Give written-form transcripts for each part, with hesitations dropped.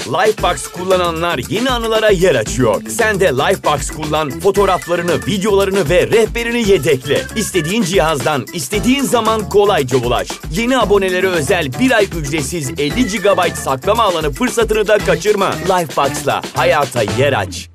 Lifebox kullananlar yeni anılara yer açıyor. Sen de Lifebox kullan, fotoğraflarını, videolarını ve rehberini yedekle. İstediğin cihazdan, istediğin zaman kolayca ulaş. Yeni abonelere özel 1 ay ücretsiz 50 GB saklama alanı fırsatını da kaçırma. Lifebox'la hayata yer aç.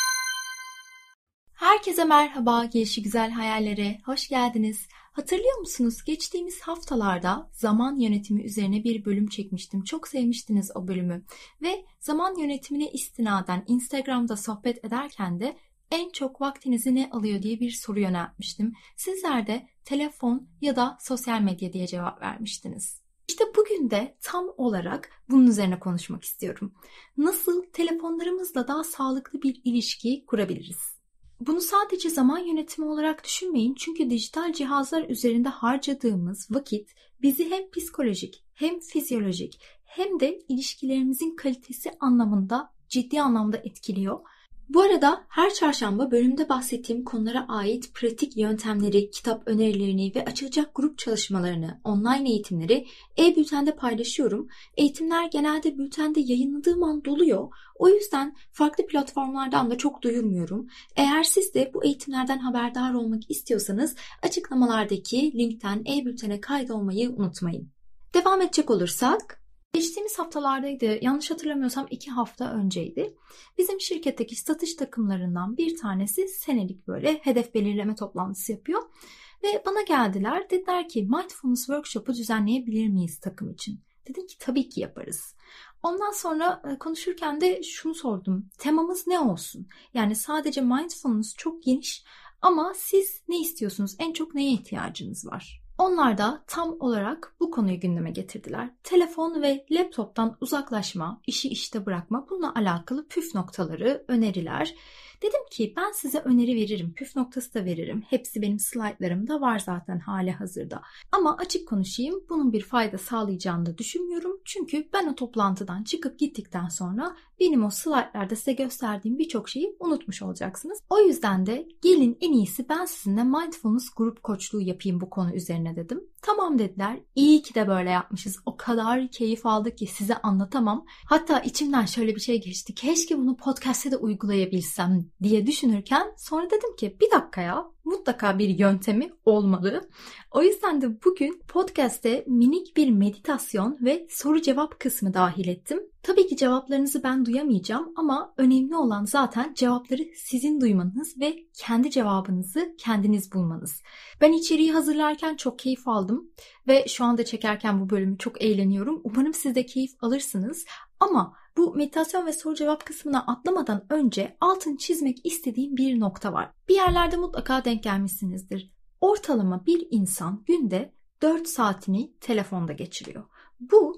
Herkese merhaba, Gelişi Güzel Hayallere hoş geldiniz. Hatırlıyor musunuz? Geçtiğimiz haftalarda zaman yönetimi üzerine bir bölüm çekmiştim. Çok sevmiştiniz o bölümü. Ve zaman yönetimine istinaden Instagram'da sohbet ederken de en çok vaktinizi ne alıyor diye bir soru yöneltmiştim. Sizler de telefon ya da sosyal medya diye cevap vermiştiniz. İşte bugün de tam olarak bunun üzerine konuşmak istiyorum. Nasıl telefonlarımızla daha sağlıklı bir ilişki kurabiliriz? Bunu sadece zaman yönetimi olarak düşünmeyin, çünkü dijital cihazlar üzerinde harcadığımız vakit bizi hem psikolojik hem fizyolojik hem de ilişkilerimizin kalitesi anlamında ciddi anlamda etkiliyor. Bu arada her çarşamba bölümde bahsettiğim konulara ait pratik yöntemleri, kitap önerilerini ve açılacak grup çalışmalarını, online eğitimleri e-bültende paylaşıyorum. Eğitimler genelde bültende yayınladığım an doluyor. O yüzden farklı platformlardan da çok duyurmuyorum. Eğer siz de bu eğitimlerden haberdar olmak istiyorsanız açıklamalardaki linkten e-bültene kaydolmayı unutmayın. Devam edecek olursak, geçtiğimiz haftalardaydı, yanlış hatırlamıyorsam 2 hafta önceydi. Bizim şirketteki satış takımlarından bir tanesi senelik böyle hedef belirleme toplantısı yapıyor. Ve bana geldiler, dediler ki Mindfulness Workshop'u düzenleyebilir miyiz takım için? Dedim ki tabii ki yaparız. Ondan sonra konuşurken de şunu sordum, temamız ne olsun? Yani sadece mindfulness çok geniş ama siz ne istiyorsunuz? En çok neye ihtiyacınız var? Onlar da tam olarak bu konuyu gündeme getirdiler. Telefon ve laptoptan uzaklaşma, işi işte bırakma, bununla alakalı püf noktaları, öneriler. Dedim ki ben size öneri veririm, püf noktası da veririm. Hepsi benim slaytlarımda var zaten hali hazırda. Ama açık konuşayım, bunun bir fayda sağlayacağını da düşünmüyorum. Çünkü ben o toplantıdan çıkıp gittikten sonra benim o slaytlarda size gösterdiğim birçok şeyi unutmuş olacaksınız. O yüzden de gelin en iyisi ben sizinle mindfulness grup koçluğu yapayım bu konu üzerine dedim. Tamam dediler. İyi ki de böyle yapmışız. O kadar keyif aldık ki size anlatamam. Hatta içimden şöyle bir şey geçti. Keşke bunu podcast'te de uygulayabilsem diye düşünürken sonra dedim ki bir dakika ya, mutlaka bir yöntemi olmalı. O yüzden de bugün podcast'te minik bir meditasyon ve soru cevap kısmı dahil ettim. Tabii ki cevaplarınızı ben duyamayacağım ama önemli olan zaten cevapları sizin duymanız ve kendi cevabınızı kendiniz bulmanız. Ben içeriği hazırlarken çok keyif aldım ve şu anda çekerken bu bölümü çok eğleniyorum. Umarım siz de keyif alırsınız ama bu meditasyon ve soru cevap kısmına atlamadan önce altını çizmek istediğim bir nokta var. Bir yerlerde mutlaka denk gelmişsinizdir. Ortalama bir insan günde 4 saatini telefonda geçiriyor. Bu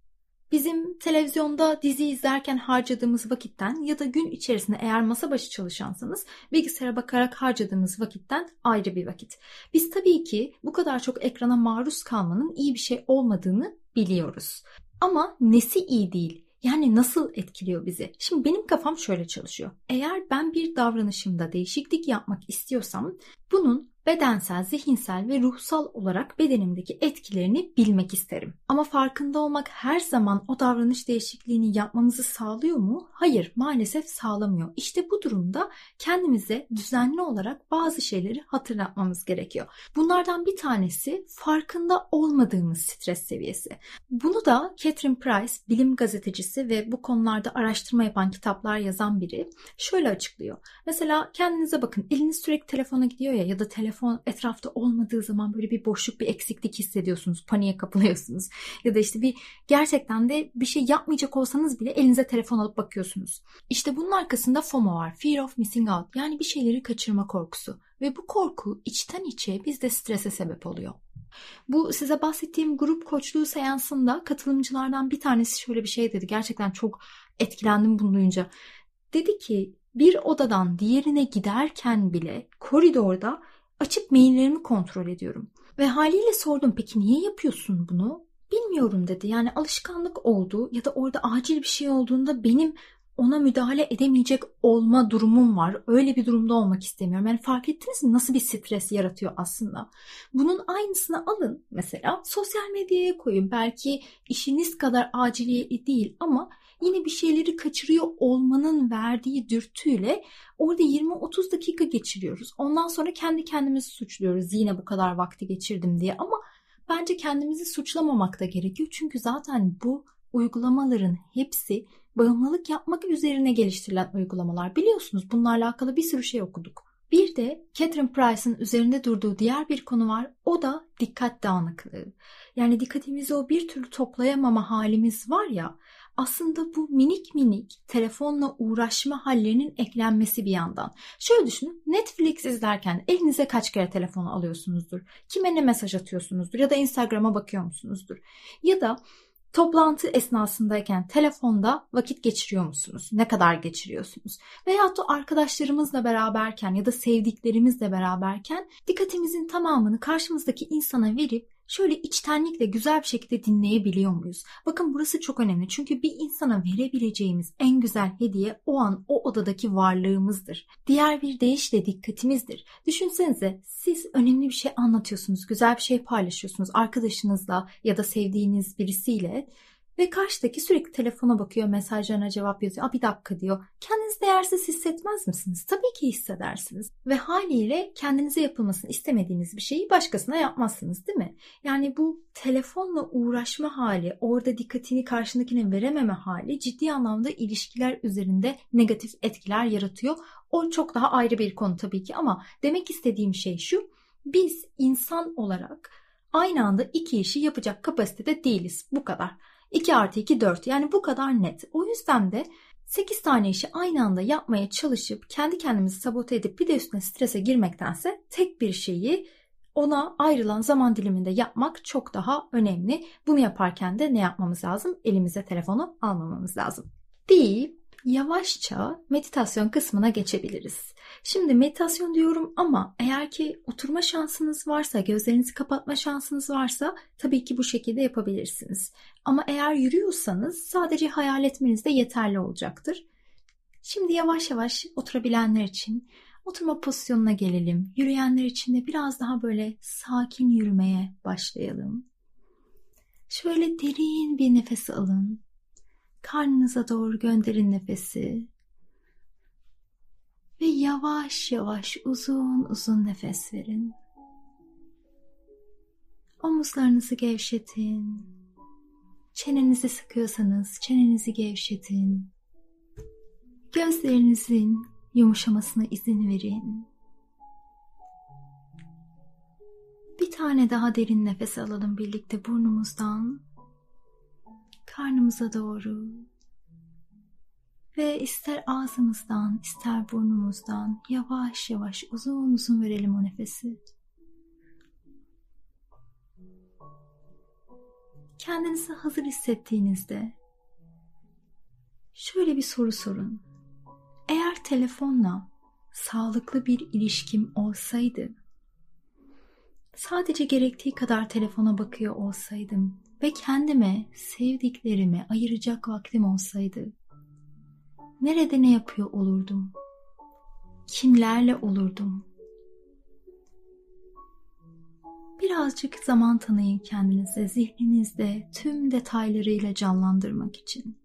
bizim televizyonda dizi izlerken harcadığımız vakitten ya da gün içerisinde eğer masa başı çalışansanız bilgisayara bakarak harcadığımız vakitten ayrı bir vakit. Biz tabii ki bu kadar çok ekrana maruz kalmanın iyi bir şey olmadığını biliyoruz. Ama nesi iyi değil? Yani nasıl etkiliyor bizi? Şimdi benim kafam şöyle çalışıyor. Eğer ben bir davranışımda değişiklik yapmak istiyorsam bunun bedensel, zihinsel ve ruhsal olarak bedenimdeki etkilerini bilmek isterim. Ama farkında olmak her zaman o davranış değişikliğini yapmamızı sağlıyor mu? Hayır, maalesef sağlamıyor. İşte bu durumda kendimize düzenli olarak bazı şeyleri hatırlatmamız gerekiyor. Bunlardan bir tanesi farkında olmadığımız stres seviyesi. Bunu da Catherine Price, bilim gazetecisi ve bu konularda araştırma yapan kitaplar yazan biri şöyle açıklıyor. Mesela kendinize bakın, eliniz sürekli telefona gidiyor ya da telefon etrafta olmadığı zaman böyle bir boşluk, bir eksiklik hissediyorsunuz, paniğe kapılıyorsunuz. Ya da işte gerçekten de bir şey yapmayacak olsanız bile elinize telefon alıp bakıyorsunuz. İşte bunun arkasında FOMO var, Fear of Missing Out, yani bir şeyleri kaçırma korkusu. Ve bu korku içten içe bizde strese sebep oluyor. Bu size bahsettiğim grup koçluğu seansında katılımcılardan bir tanesi şöyle bir şey dedi. Gerçekten çok etkilendim bunu duyunca. Dedi ki bir odadan diğerine giderken bile koridorda açıp maillerimi kontrol ediyorum. Ve haliyle sordum, peki niye yapıyorsun bunu? Bilmiyorum dedi. Yani alışkanlık oldu ya da orada acil bir şey olduğunda benim ona müdahale edemeyecek olma durumum var. Öyle bir durumda olmak istemiyorum. Yani fark ettiniz mi nasıl bir stres yaratıyor aslında? Bunun aynısını alın mesela sosyal medyaya koyun. Belki işiniz kadar aciliyetli değil ama yine bir şeyleri kaçırıyor olmanın verdiği dürtüyle orada 20-30 dakika geçiriyoruz. Ondan sonra kendi kendimizi suçluyoruz yine bu kadar vakti geçirdim diye ama bence kendimizi suçlamamak da gerekiyor. Çünkü zaten bu uygulamaların hepsi bağımlılık yapmak üzerine geliştirilen uygulamalar. Biliyorsunuz bununla alakalı bir sürü şey okuduk. Bir de Catherine Price'ın üzerinde durduğu diğer bir konu var. O da dikkat dağınıklığı. Yani dikkatimizi o bir türlü toplayamama halimiz var ya, aslında bu minik minik telefonla uğraşma hallerinin eklenmesi bir yandan. Şöyle düşünün, Netflix izlerken elinize kaç kere telefonu alıyorsunuzdur? Kime ne mesaj atıyorsunuzdur? Ya da Instagram'a bakıyor musunuzdur? Ya da toplantı esnasındayken telefonda vakit geçiriyor musunuz? Ne kadar geçiriyorsunuz? Veyahut da arkadaşlarımızla beraberken ya da sevdiklerimizle beraberken dikkatimizin tamamını karşımızdaki insana verip şöyle içtenlikle güzel bir şekilde dinleyebiliyor muyuz? Bakın burası çok önemli. Çünkü bir insana verebileceğimiz en güzel hediye o an o odadaki varlığımızdır. Diğer bir deyişle dikkatimizdir. Düşünsenize siz önemli bir şey anlatıyorsunuz, güzel bir şey paylaşıyorsunuz arkadaşınızla ya da sevdiğiniz birisiyle ve karşıdaki sürekli telefona bakıyor, mesajlarına cevap yazıyor. Bir dakika diyor. Kendinizi değersiz hissetmez misiniz? Tabii ki hissedersiniz. Ve haliyle kendinize yapılmasını istemediğiniz bir şeyi başkasına yapmazsınız, değil mi? Yani bu telefonla uğraşma hali, orada dikkatini karşındakine verememe hali ciddi anlamda ilişkiler üzerinde negatif etkiler yaratıyor. O çok daha ayrı bir konu tabii ki ama demek istediğim şey şu: biz insan olarak aynı anda iki işi yapacak kapasitede değiliz. Bu kadar. 2+2 4, yani bu kadar net. O yüzden de 8 tane işi aynı anda yapmaya çalışıp kendi kendimizi sabote edip bir de üstüne strese girmektense tek bir şeyi ona ayrılan zaman diliminde yapmak çok daha önemli. Bunu yaparken de ne yapmamız lazım? Elimize telefonu almamamız lazım deyip yavaşça meditasyon kısmına geçebiliriz. Şimdi meditasyon diyorum ama eğer ki oturma şansınız varsa, gözlerinizi kapatma şansınız varsa tabii ki bu şekilde yapabilirsiniz. Ama eğer yürüyorsanız sadece hayal etmeniz de yeterli olacaktır. Şimdi yavaş yavaş oturabilenler için oturma pozisyonuna gelelim. Yürüyenler için de biraz daha böyle sakin yürümeye başlayalım. Şöyle derin bir nefes alın. Karnınıza doğru gönderin nefesi. Ve yavaş yavaş uzun uzun nefes verin. Omuzlarınızı gevşetin. Çenenizi sıkıyorsanız çenenizi gevşetin. Gözlerinizin yumuşamasına izin verin. Bir tane daha derin nefes alalım birlikte burnumuzdan. Karnımıza doğru. Ve ister ağzımızdan, ister burnumuzdan yavaş yavaş uzun uzun verelim o nefesi. Kendinizi hazır hissettiğinizde şöyle bir soru sorun. Eğer telefonla sağlıklı bir ilişkim olsaydı, sadece gerektiği kadar telefona bakıyor olsaydım ve kendime, sevdiklerime ayıracak vaktim olsaydı, nerede ne yapıyor olurdum? Kimlerle olurdum? Birazcık zaman tanıyın kendinize, zihninizde tüm detaylarıyla canlandırmak için.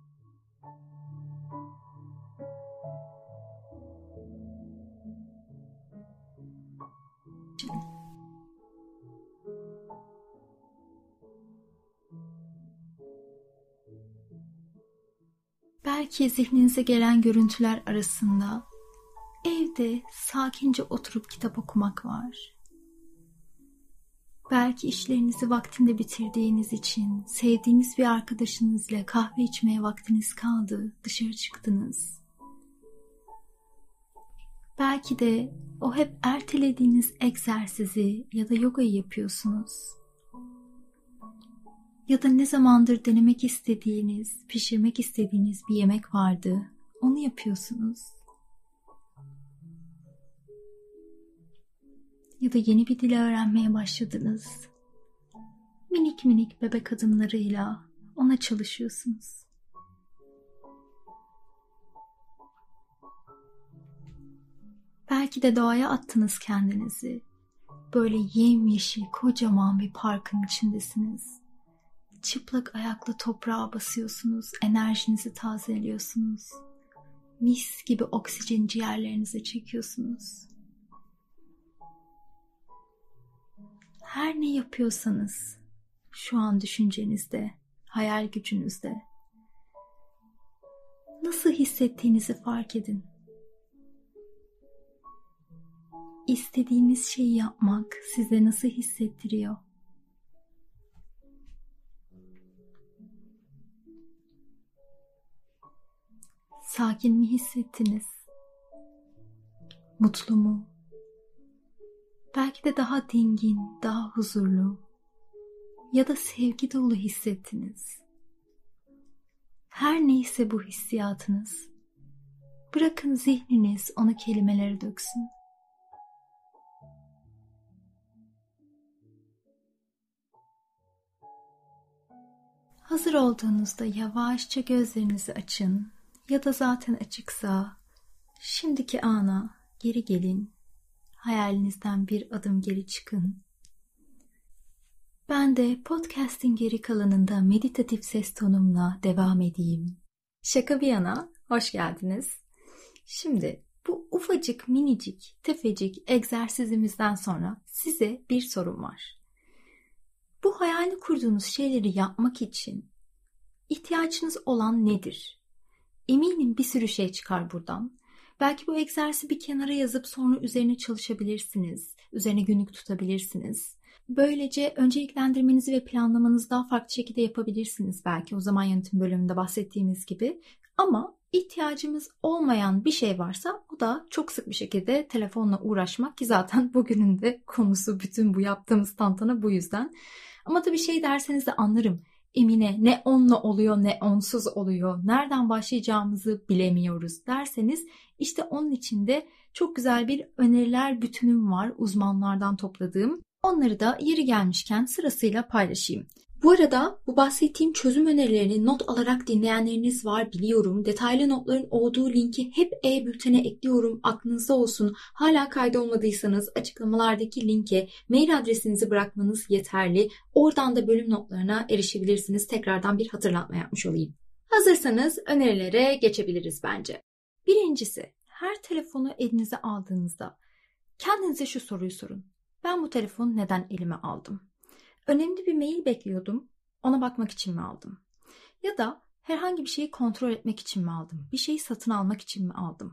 Belki zihninize gelen görüntüler arasında evde sakince oturup kitap okumak var. Belki işlerinizi vaktinde bitirdiğiniz için sevdiğiniz bir arkadaşınızla kahve içmeye vaktiniz kaldı, dışarı çıktınız. Belki de o hep ertelediğiniz egzersizi ya da yogayı yapıyorsunuz. Ya da ne zamandır denemek istediğiniz, pişirmek istediğiniz bir yemek vardı, onu yapıyorsunuz. Ya da yeni bir dil öğrenmeye başladınız. Minik minik bebek adımlarıyla ona çalışıyorsunuz. Belki de doğaya attınız kendinizi. Böyle yemyeşil kocaman bir parkın içindesiniz. Çıplak ayakla toprağa basıyorsunuz, enerjinizi tazeliyorsunuz. Mis gibi oksijeni ciğerlerinize çekiyorsunuz. Her ne yapıyorsanız şu an düşüncenizde, hayal gücünüzde nasıl hissettiğinizi fark edin. İstediğiniz şeyi yapmak size nasıl hissettiriyor? Sakin mi hissettiniz? Mutlu mu? Belki de daha dingin, daha huzurlu ya da sevgi dolu hissettiniz. Her neyse bu hissiyatınız, bırakın zihniniz onu kelimelere döksün. Hazır olduğunuzda yavaşça gözlerinizi açın ya da zaten açıksa şimdiki ana geri gelin, hayalinizden bir adım geri çıkın. Ben de podcast'in geri kalanında meditatif ses tonumla devam edeyim. Şaka bir yana, hoş geldiniz. Şimdi bu ufacık, minicik, tefecik egzersizimizden sonra size bir sorum var. Bu hayalini kurduğunuz şeyleri yapmak için ihtiyacınız olan nedir? Eminim bir sürü şey çıkar buradan. Belki bu egzersizi bir kenara yazıp sonra üzerine çalışabilirsiniz. Üzerine günlük tutabilirsiniz. Böylece önceliklendirmenizi ve planlamanızı daha farklı şekilde yapabilirsiniz belki o zaman yönetim bölümünde bahsettiğimiz gibi. Ama ihtiyacımız olmayan bir şey varsa o da çok sık bir şekilde telefonla uğraşmak ki zaten bugünün de konusu bütün bu yaptığımız tantana bu yüzden. Ama tabii şey derseniz de anlarım. Emine ne onunla oluyor ne onsuz oluyor. Nereden başlayacağımızı bilemiyoruz derseniz işte onun için de çok güzel bir öneriler bütünüm var uzmanlardan topladığım. Onları da yeri gelmişken sırasıyla paylaşayım. Bu arada bu bahsettiğim çözüm önerilerini not alarak dinleyenleriniz var biliyorum. Detaylı notların olduğu linki hep e-bültene ekliyorum. Aklınızda olsun. Hala kaydolmadıysanız açıklamalardaki linke mail adresinizi bırakmanız yeterli. Oradan da bölüm notlarına erişebilirsiniz. Tekrardan bir hatırlatma yapmış olayım. Hazırsanız önerilere geçebiliriz bence. Birincisi, her telefonu elinize aldığınızda kendinize şu soruyu sorun. Ben bu telefonu neden elime aldım? Önemli bir mail bekliyordum. Ona bakmak için mi aldım? Ya da herhangi bir şeyi kontrol etmek için mi aldım? Bir şeyi satın almak için mi aldım?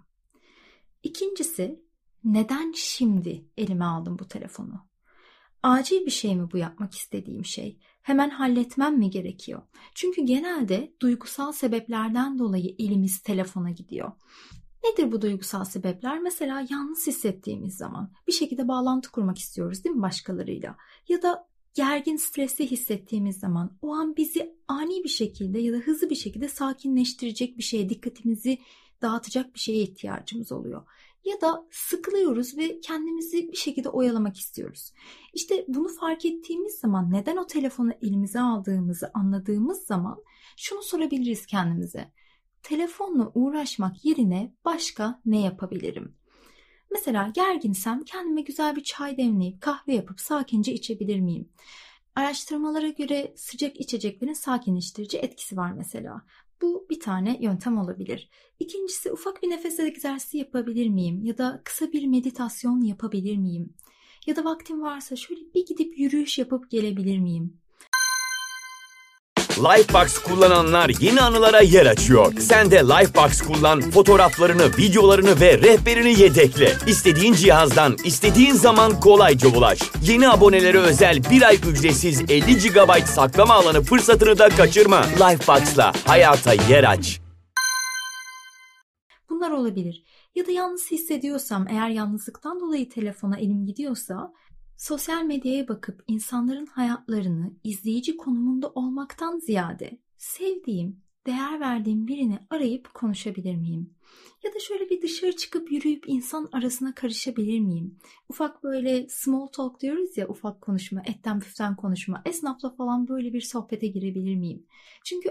İkincisi, neden şimdi elime aldım bu telefonu? Acil bir şey mi bu yapmak istediğim şey? Hemen halletmem mi gerekiyor? Çünkü genelde duygusal sebeplerden dolayı elimiz telefona gidiyor. Nedir bu duygusal sebepler? Mesela yalnız hissettiğimiz zaman bir şekilde bağlantı kurmak istiyoruz değil mi başkalarıyla? Ya da gergin, stresli hissettiğimiz zaman o an bizi ani bir şekilde ya da hızlı bir şekilde sakinleştirecek bir şeye, dikkatimizi dağıtacak bir şeye ihtiyacımız oluyor. Ya da sıkılıyoruz ve kendimizi bir şekilde oyalamak istiyoruz. İşte bunu fark ettiğimiz zaman neden o telefonu elimize aldığımızı anladığımız zaman şunu sorabiliriz kendimize. Telefonla uğraşmak yerine başka ne yapabilirim? Mesela gerginsem kendime güzel bir çay demleyip kahve yapıp sakince içebilir miyim? Araştırmalara göre sıcak içeceklerin sakinleştirici etkisi var mesela. Bu bir tane yöntem olabilir. İkincisi ufak bir nefes egzersizi yapabilir miyim? Ya da kısa bir meditasyon yapabilir miyim? Ya da vaktim varsa şöyle bir gidip yürüyüş yapıp gelebilir miyim? Lifebox kullananlar yeni anılara yer açıyor. Sen de Lifebox kullan, fotoğraflarını, videolarını ve rehberini yedekle. İstediğin cihazdan, istediğin zaman kolayca ulaş. Yeni abonelere özel bir ay ücretsiz 50 GB saklama alanı fırsatını da kaçırma. Lifebox'la hayata yer aç. Bunlar olabilir. Ya da yalnız hissediyorsam, eğer yalnızlıktan dolayı telefona elim gidiyorsa, sosyal medyaya bakıp insanların hayatlarını izleyici konumunda olmaktan ziyade sevdiğim, değer verdiğim birini arayıp konuşabilir miyim? Ya da şöyle bir dışarı çıkıp yürüyüp insan arasına karışabilir miyim? Ufak böyle small talk diyoruz ya, ufak konuşma, etten püften konuşma. Esnafla falan böyle bir sohbete girebilir miyim? Çünkü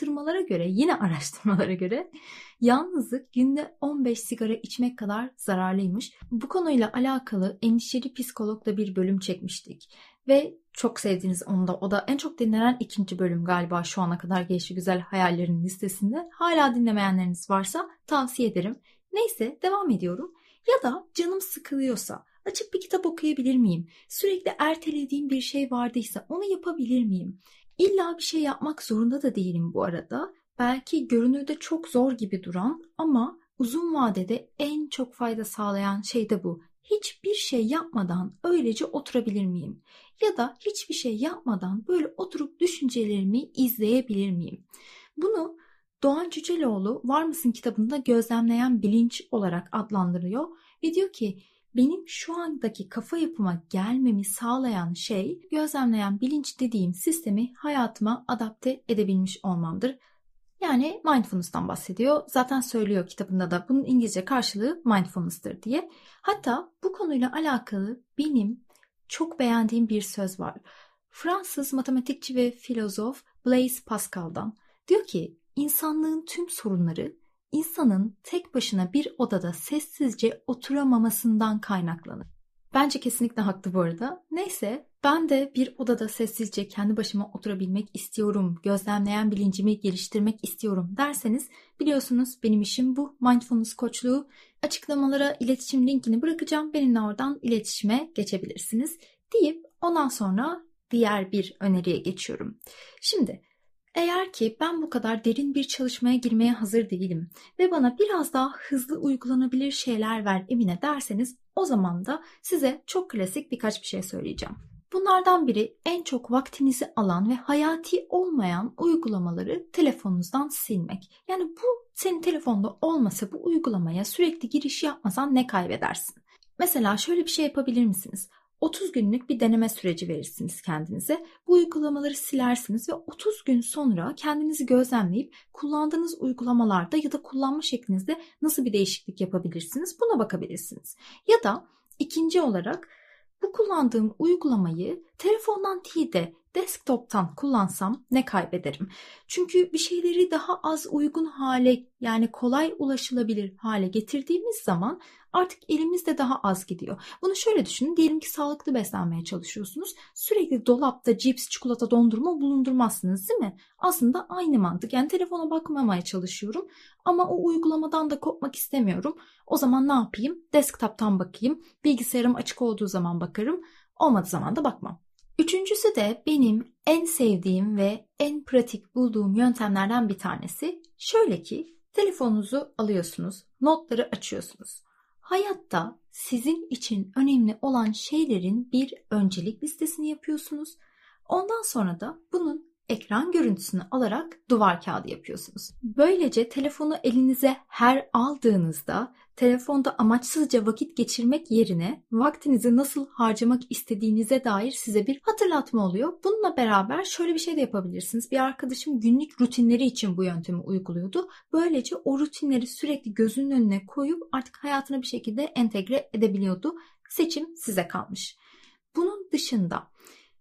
yine araştırmalara göre yalnızlık günde 15 sigara içmek kadar zararlıymış. Bu konuyla alakalı endişeli psikologla bir bölüm çekmiştik. Ve çok sevdiğiniz onda. O da en çok dinlenen 2. bölüm galiba şu ana kadar Gelişi Güzel Hayallerin listesinde. Hala dinlemeyenleriniz varsa tavsiye ederim. Neyse, devam ediyorum. Ya da canım sıkılıyorsa açıp bir kitap okuyabilir miyim? Sürekli ertelediğim bir şey vardıysa onu yapabilir miyim? İlla bir şey yapmak zorunda da değilim bu arada. Belki görünürde çok zor gibi duran ama uzun vadede en çok fayda sağlayan şey de bu. Hiçbir şey yapmadan öylece oturabilir miyim? Ya da hiçbir şey yapmadan böyle oturup düşüncelerimi izleyebilir miyim? Bunu Doğan Cüceloğlu Var Mısın kitabında gözlemleyen bilinç olarak adlandırıyor ve diyor ki benim şu andaki kafa yapıma gelmemi sağlayan şey gözlemleyen bilinç dediğim sistemi hayatıma adapte edebilmiş olmamdır. Yani mindfulness'tan bahsediyor. Zaten söylüyor kitabında da bunun İngilizce karşılığı mindfulness'tır diye. Hatta bu konuyla alakalı benim çok beğendiğim bir söz var. Fransız matematikçi ve filozof Blaise Pascal'dan. Diyor ki insanlığın tüm sorunları insanın tek başına bir odada sessizce oturamamasından kaynaklanır. Bence kesinlikle haklı bu arada. Neyse, ben de bir odada sessizce kendi başıma oturabilmek istiyorum, gözlemleyen bilincimi geliştirmek istiyorum derseniz biliyorsunuz benim işim bu mindfulness koçluğu. Açıklamalara iletişim linkini bırakacağım. Benimle oradan iletişime geçebilirsiniz deyip ondan sonra diğer bir öneriye geçiyorum. Şimdi eğer ki ben bu kadar derin bir çalışmaya girmeye hazır değilim ve bana biraz daha hızlı uygulanabilir şeyler ver Emine derseniz o zaman da size çok klasik birkaç bir şey söyleyeceğim. Bunlardan biri en çok vaktinizi alan ve hayati olmayan uygulamaları telefonunuzdan silmek. Yani bu senin telefonda olmasa bu uygulamaya sürekli giriş yapmasan ne kaybedersin? Mesela şöyle bir şey yapabilir misiniz? 30 günlük bir deneme süreci verirsiniz kendinize. Bu uygulamaları silersiniz ve 30 gün sonra kendinizi gözlemleyip kullandığınız uygulamalarda ya da kullanma şeklinizde nasıl bir değişiklik yapabilirsiniz? Buna bakabilirsiniz. Ya da ikinci olarak bu kullandığım uygulamayı telefondan değil de desktop'tan kullansam ne kaybederim? Çünkü bir şeyleri daha az uygun hale, yani kolay ulaşılabilir hale getirdiğimiz zaman artık elimizde daha az gidiyor. Bunu şöyle düşünün. Diyelim ki sağlıklı beslenmeye çalışıyorsunuz. Sürekli dolapta cips, çikolata, dondurma bulundurmazsınız değil mi? Aslında aynı mantık. Yani telefona bakmamaya çalışıyorum ama o uygulamadan da kopmak istemiyorum. O zaman ne yapayım? Desktop'tan bakayım. Bilgisayarım açık olduğu zaman bakarım. Olmadığı zaman da bakmam. Üçüncüsü de benim en sevdiğim ve en pratik bulduğum yöntemlerden bir tanesi. Şöyle ki telefonunuzu alıyorsunuz, notları açıyorsunuz. Hayatta sizin için önemli olan şeylerin bir öncelik listesini yapıyorsunuz. Ondan sonra da bunun ekran görüntüsünü alarak duvar kağıdı yapıyorsunuz. Böylece telefonu elinize her aldığınızda telefonda amaçsızca vakit geçirmek yerine vaktinizi nasıl harcamak istediğinize dair size bir hatırlatma oluyor. Bununla beraber şöyle bir şey de yapabilirsiniz. Bir arkadaşım günlük rutinleri için bu yöntemi uyguluyordu. Böylece o rutinleri sürekli gözünün önüne koyup artık hayatına bir şekilde entegre edebiliyordu. Seçim size kalmış. Bunun dışında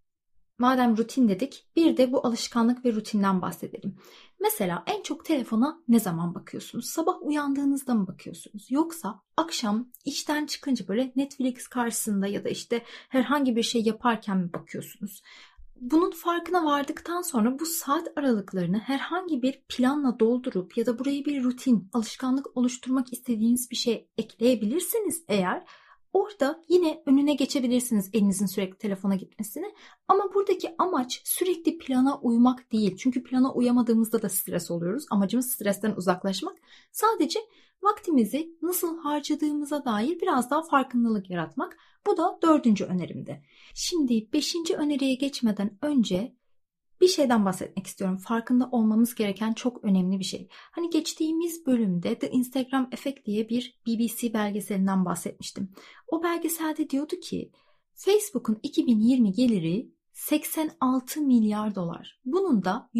madem rutin dedik, bir de bu alışkanlık ve rutinden bahsedelim. Mesela en çok telefona ne zaman bakıyorsunuz? Sabah uyandığınızda mı bakıyorsunuz? Yoksa akşam işten çıkınca böyle Netflix karşısında ya da işte herhangi bir şey yaparken mi bakıyorsunuz? Bunun farkına vardıktan sonra bu saat aralıklarını herhangi bir planla doldurup ya da buraya bir rutin, alışkanlık oluşturmak istediğiniz bir şey ekleyebilirseniz eğer, orada yine önüne geçebilirsiniz elinizin sürekli telefona gitmesini. Ama buradaki amaç sürekli plana uymak değil. Çünkü plana uyamadığımızda da stres oluyoruz. Amacımız stresten uzaklaşmak. Sadece vaktimizi nasıl harcadığımıza dair biraz daha farkındalık yaratmak. Bu da 4. önerimdi. Şimdi 5. öneriye geçmeden önce bir şeyden bahsetmek istiyorum. Farkında olmamız gereken çok önemli bir şey. Hani geçtiğimiz bölümde The Instagram Effect diye bir BBC belgeselinden bahsetmiştim. O belgeselde diyordu ki Facebook'un 2020 geliri 86 milyar dolar. Bunun da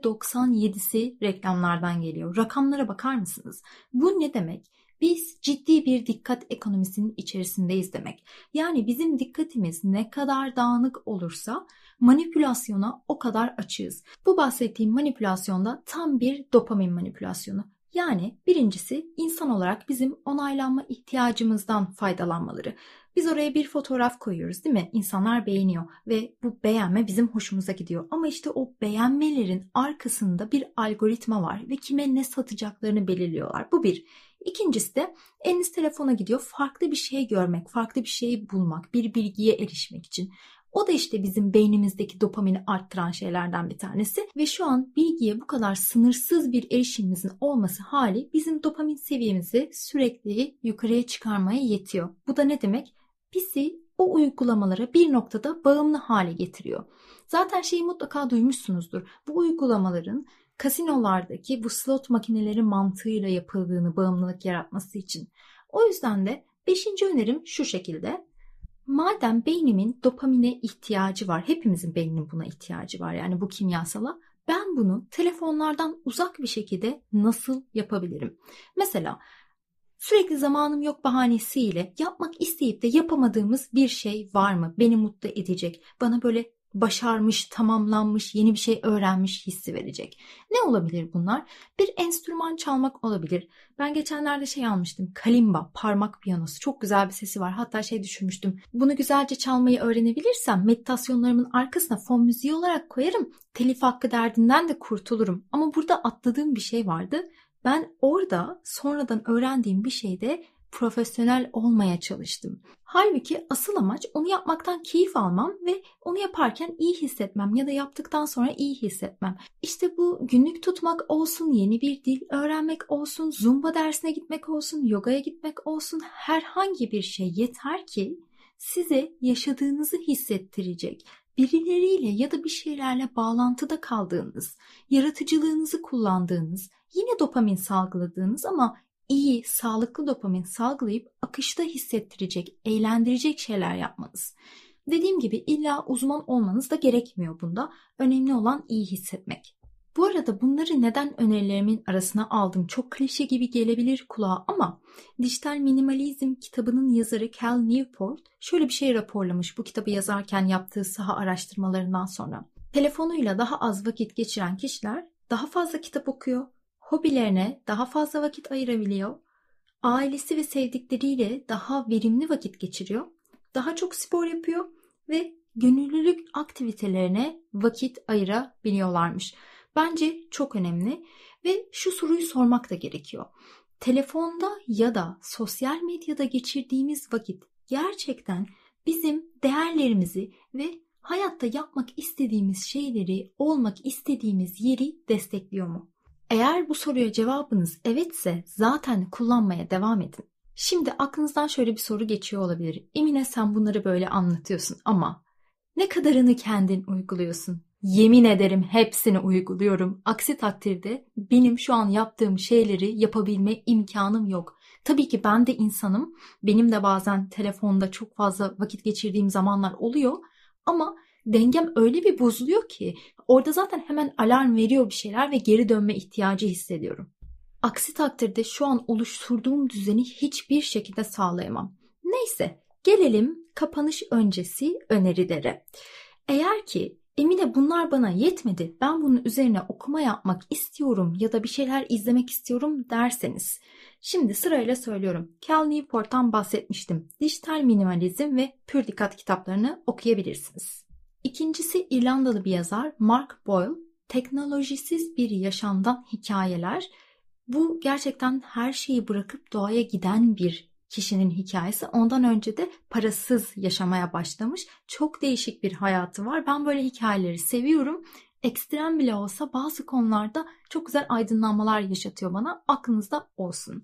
%97'si reklamlardan geliyor. Rakamlara bakar mısınız? Bu ne demek? Biz ciddi bir dikkat ekonomisinin içerisindeyiz demek. Yani bizim dikkatimiz ne kadar dağınık olursa manipülasyona o kadar açığız. Bu bahsettiğim manipülasyonda tam bir dopamin manipülasyonu. Yani birincisi insan olarak bizim onaylanma ihtiyacımızdan faydalanmaları. Biz oraya bir fotoğraf koyuyoruz değil mi? İnsanlar beğeniyor ve bu beğenme bizim hoşumuza gidiyor. Ama işte o beğenmelerin arkasında bir algoritma var ve kime ne satacaklarını belirliyorlar. Bu bir. İkincisi de eliniz telefona gidiyor, farklı bir şey görmek, farklı bir şey bulmak, bir bilgiye erişmek için. O da işte bizim beynimizdeki dopamini arttıran şeylerden bir tanesi ve şu an bilgiye bu kadar sınırsız bir erişimimizin olması hali bizim dopamin seviyemizi sürekli yukarıya çıkarmaya yetiyor. Bu da ne demek? Bizi o uygulamalara bir noktada bağımlı hale getiriyor. Zaten şeyi mutlaka duymuşsunuzdur. Bu uygulamaların kasinolardaki bu slot makineleri mantığıyla yapıldığını bağımlılık yaratması için. O yüzden de 5. önerim şu şekilde. Madem beynimin dopamine ihtiyacı var, hepimizin beyninin buna ihtiyacı var yani bu kimyasala, ben bunu telefonlardan uzak bir şekilde nasıl yapabilirim? Mesela sürekli zamanım yok bahanesiyle yapmak isteyip de yapamadığımız bir şey var mı? Beni mutlu edecek, bana böyle başarmış, tamamlanmış, yeni bir şey öğrenmiş hissi verecek. Ne olabilir bunlar? Bir enstrüman çalmak olabilir. Ben geçenlerde şey almıştım. Kalimba, parmak piyanosu. Çok güzel bir sesi var. Hatta şey düşünmüştüm. Bunu güzelce çalmayı öğrenebilirsem meditasyonlarımın arkasına fon müziği olarak koyarım. Telif hakkı derdinden de kurtulurum. Ama burada atladığım bir şey vardı. Ben orada sonradan öğrendiğim bir şeyde profesyonel olmaya çalıştım. Halbuki asıl amaç onu yapmaktan keyif almam ve onu yaparken iyi hissetmem ya da yaptıktan sonra iyi hissetmem. İşte bu günlük tutmak olsun, yeni bir dil öğrenmek olsun, zumba dersine gitmek olsun, yogaya gitmek olsun, herhangi bir şey yeter ki size yaşadığınızı hissettirecek, birileriyle ya da bir şeylerle bağlantıda kaldığınız, yaratıcılığınızı kullandığınız, yine dopamin salgıladığınız ama iyi, sağlıklı dopamin salgılayıp akışta hissettirecek, eğlendirecek şeyler yapmanız. Dediğim gibi illa uzman olmanız da gerekmiyor bunda. Önemli olan iyi hissetmek. Bu arada bunları neden önerilerimin arasına aldım? Çok klişe gibi gelebilir kulağa ama Dijital Minimalizm kitabının yazarı Cal Newport şöyle bir şey raporlamış bu kitabı yazarken yaptığı saha araştırmalarından sonra. Telefonuyla daha az vakit geçiren kişiler daha fazla kitap okuyor, hobilerine daha fazla vakit ayırabiliyor, ailesi ve sevdikleriyle daha verimli vakit geçiriyor, daha çok spor yapıyor ve gönüllülük aktivitelerine vakit ayırabiliyorlarmış. Bence çok önemli ve şu soruyu sormak da gerekiyor. Telefonda ya da sosyal medyada geçirdiğimiz vakit gerçekten bizim değerlerimizi ve hayatta yapmak istediğimiz şeyleri, olmak istediğimiz yeri destekliyor mu? Eğer bu soruya cevabınız evetse zaten kullanmaya devam edin. Şimdi aklınızdan şöyle bir soru geçiyor olabilir. Emine sen bunları böyle anlatıyorsun ama ne kadarını kendin uyguluyorsun? Yemin ederim hepsini uyguluyorum. Aksi takdirde benim şu an yaptığım şeyleri yapabilme imkanım yok. Tabii ki ben de insanım. Benim de bazen telefonda çok fazla vakit geçirdiğim zamanlar oluyor. Ama dengem öyle bir bozuluyor ki orada zaten hemen alarm veriyor bir şeyler ve geri dönme ihtiyacı hissediyorum. Aksi takdirde şu an oluşturduğum düzeni hiçbir şekilde sağlayamam. Neyse, gelelim kapanış öncesi önerilere. Eğer ki Emine bunlar bana yetmedi, ben bunun üzerine okuma yapmak istiyorum ya da bir şeyler izlemek istiyorum derseniz. Şimdi sırayla söylüyorum. Cal Newport'tan bahsetmiştim. Dijital Minimalizm ve Pür Dikkat kitaplarını okuyabilirsiniz. İkincisi İrlandalı bir yazar Mark Boyle. Teknolojisiz bir yaşamdan hikayeler. Bu gerçekten her şeyi bırakıp doğaya giden bir kişinin hikayesi. Ondan önce de parasız yaşamaya başlamış. Çok değişik bir hayatı var. Ben böyle hikayeleri seviyorum. Ekstrem bile olsa bazı konularda çok güzel aydınlanmalar yaşatıyor bana. Aklınızda olsun.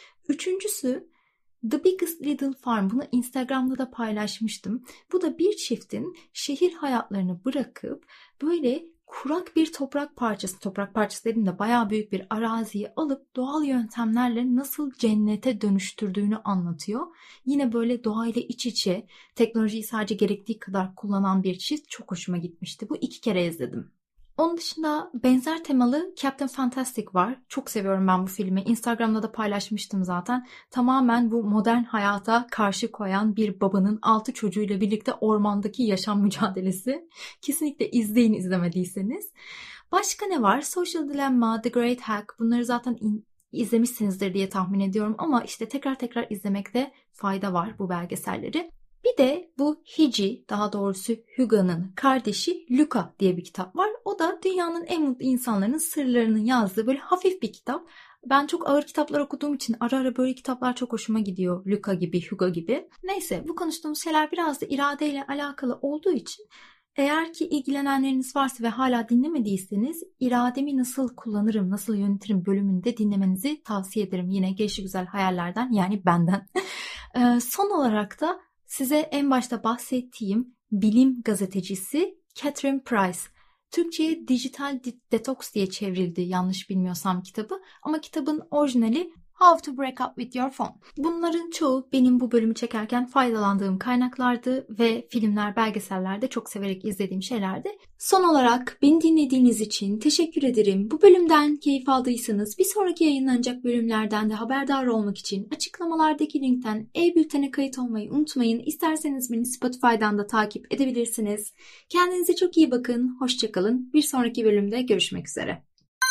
Üçüncüsü The Biggest Little Farm. Bunu Instagram'da da paylaşmıştım. Bu da bir çiftin şehir hayatlarını bırakıp böyle kurak bir toprak parçası dediğim de bayağı büyük bir araziyi alıp doğal yöntemlerle nasıl cennete dönüştürdüğünü anlatıyor. Yine böyle doğayla iç içe, teknolojiyi sadece gerektiği kadar kullanan bir çift, çok hoşuma gitmişti. Bu 2 kere izledim. Onun dışında benzer temalı Captain Fantastic var. Çok seviyorum ben bu filmi. Instagram'da da paylaşmıştım zaten. Tamamen bu modern hayata karşı koyan bir babanın 6 çocuğuyla birlikte ormandaki yaşam mücadelesi. Kesinlikle izleyin izlemediyseniz. Başka ne var? Social Dilemma, The Great Hack. Bunları zaten izlemişsinizdir diye tahmin ediyorum. Ama işte tekrar izlemekte fayda var bu belgeselleri. Bir de bu Hiji, daha doğrusu Huga'nın kardeşi Luca diye bir kitap var. O da dünyanın en mutlu insanların sırlarını yazdığı böyle hafif bir kitap. Ben çok ağır kitaplar okuduğum için ara ara böyle kitaplar çok hoşuma gidiyor. Luca gibi, Hugo gibi. Neyse, bu konuştuğumuz şeyler biraz da iradeyle alakalı olduğu için eğer ki ilgilenenleriniz varsa ve hala dinlemediyseniz irademi nasıl kullanırım, nasıl yönetirim bölümünde dinlemenizi tavsiye ederim. Yine Gelişigüzel Hayaller'den, yani benden. Son olarak da size en başta bahsettiğim bilim gazetecisi Catherine Price. Türkçe'ye Dijital Detox diye çevrildi yanlış bilmiyorsam kitabı. Ama kitabın orijinali How to Break Up With Your Phone. Bunların çoğu benim bu bölümü çekerken faydalandığım kaynaklardı ve filmler, belgesellerde çok severek izlediğim şeylerdi. Son olarak beni dinlediğiniz için teşekkür ederim. Bu bölümden keyif aldıysanız bir sonraki yayınlanacak bölümlerden de haberdar olmak için açıklamalardaki linkten e-bültene kayıt olmayı unutmayın. İsterseniz beni Spotify'dan da takip edebilirsiniz. Kendinize çok iyi bakın. Hoşça kalın. Bir sonraki bölümde görüşmek üzere.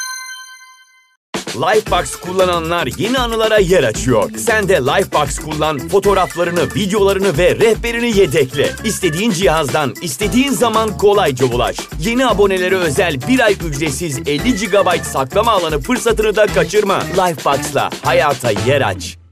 Lifebox kullananlar yeni anılara yer açıyor. Sen de Lifebox kullan, fotoğraflarını, videolarını ve rehberini yedekle. İstediğin cihazdan, istediğin zaman kolayca ulaş. Yeni abonelere özel 1 ay ücretsiz 50 GB saklama alanı fırsatını da kaçırma. Lifebox'la hayata yer aç.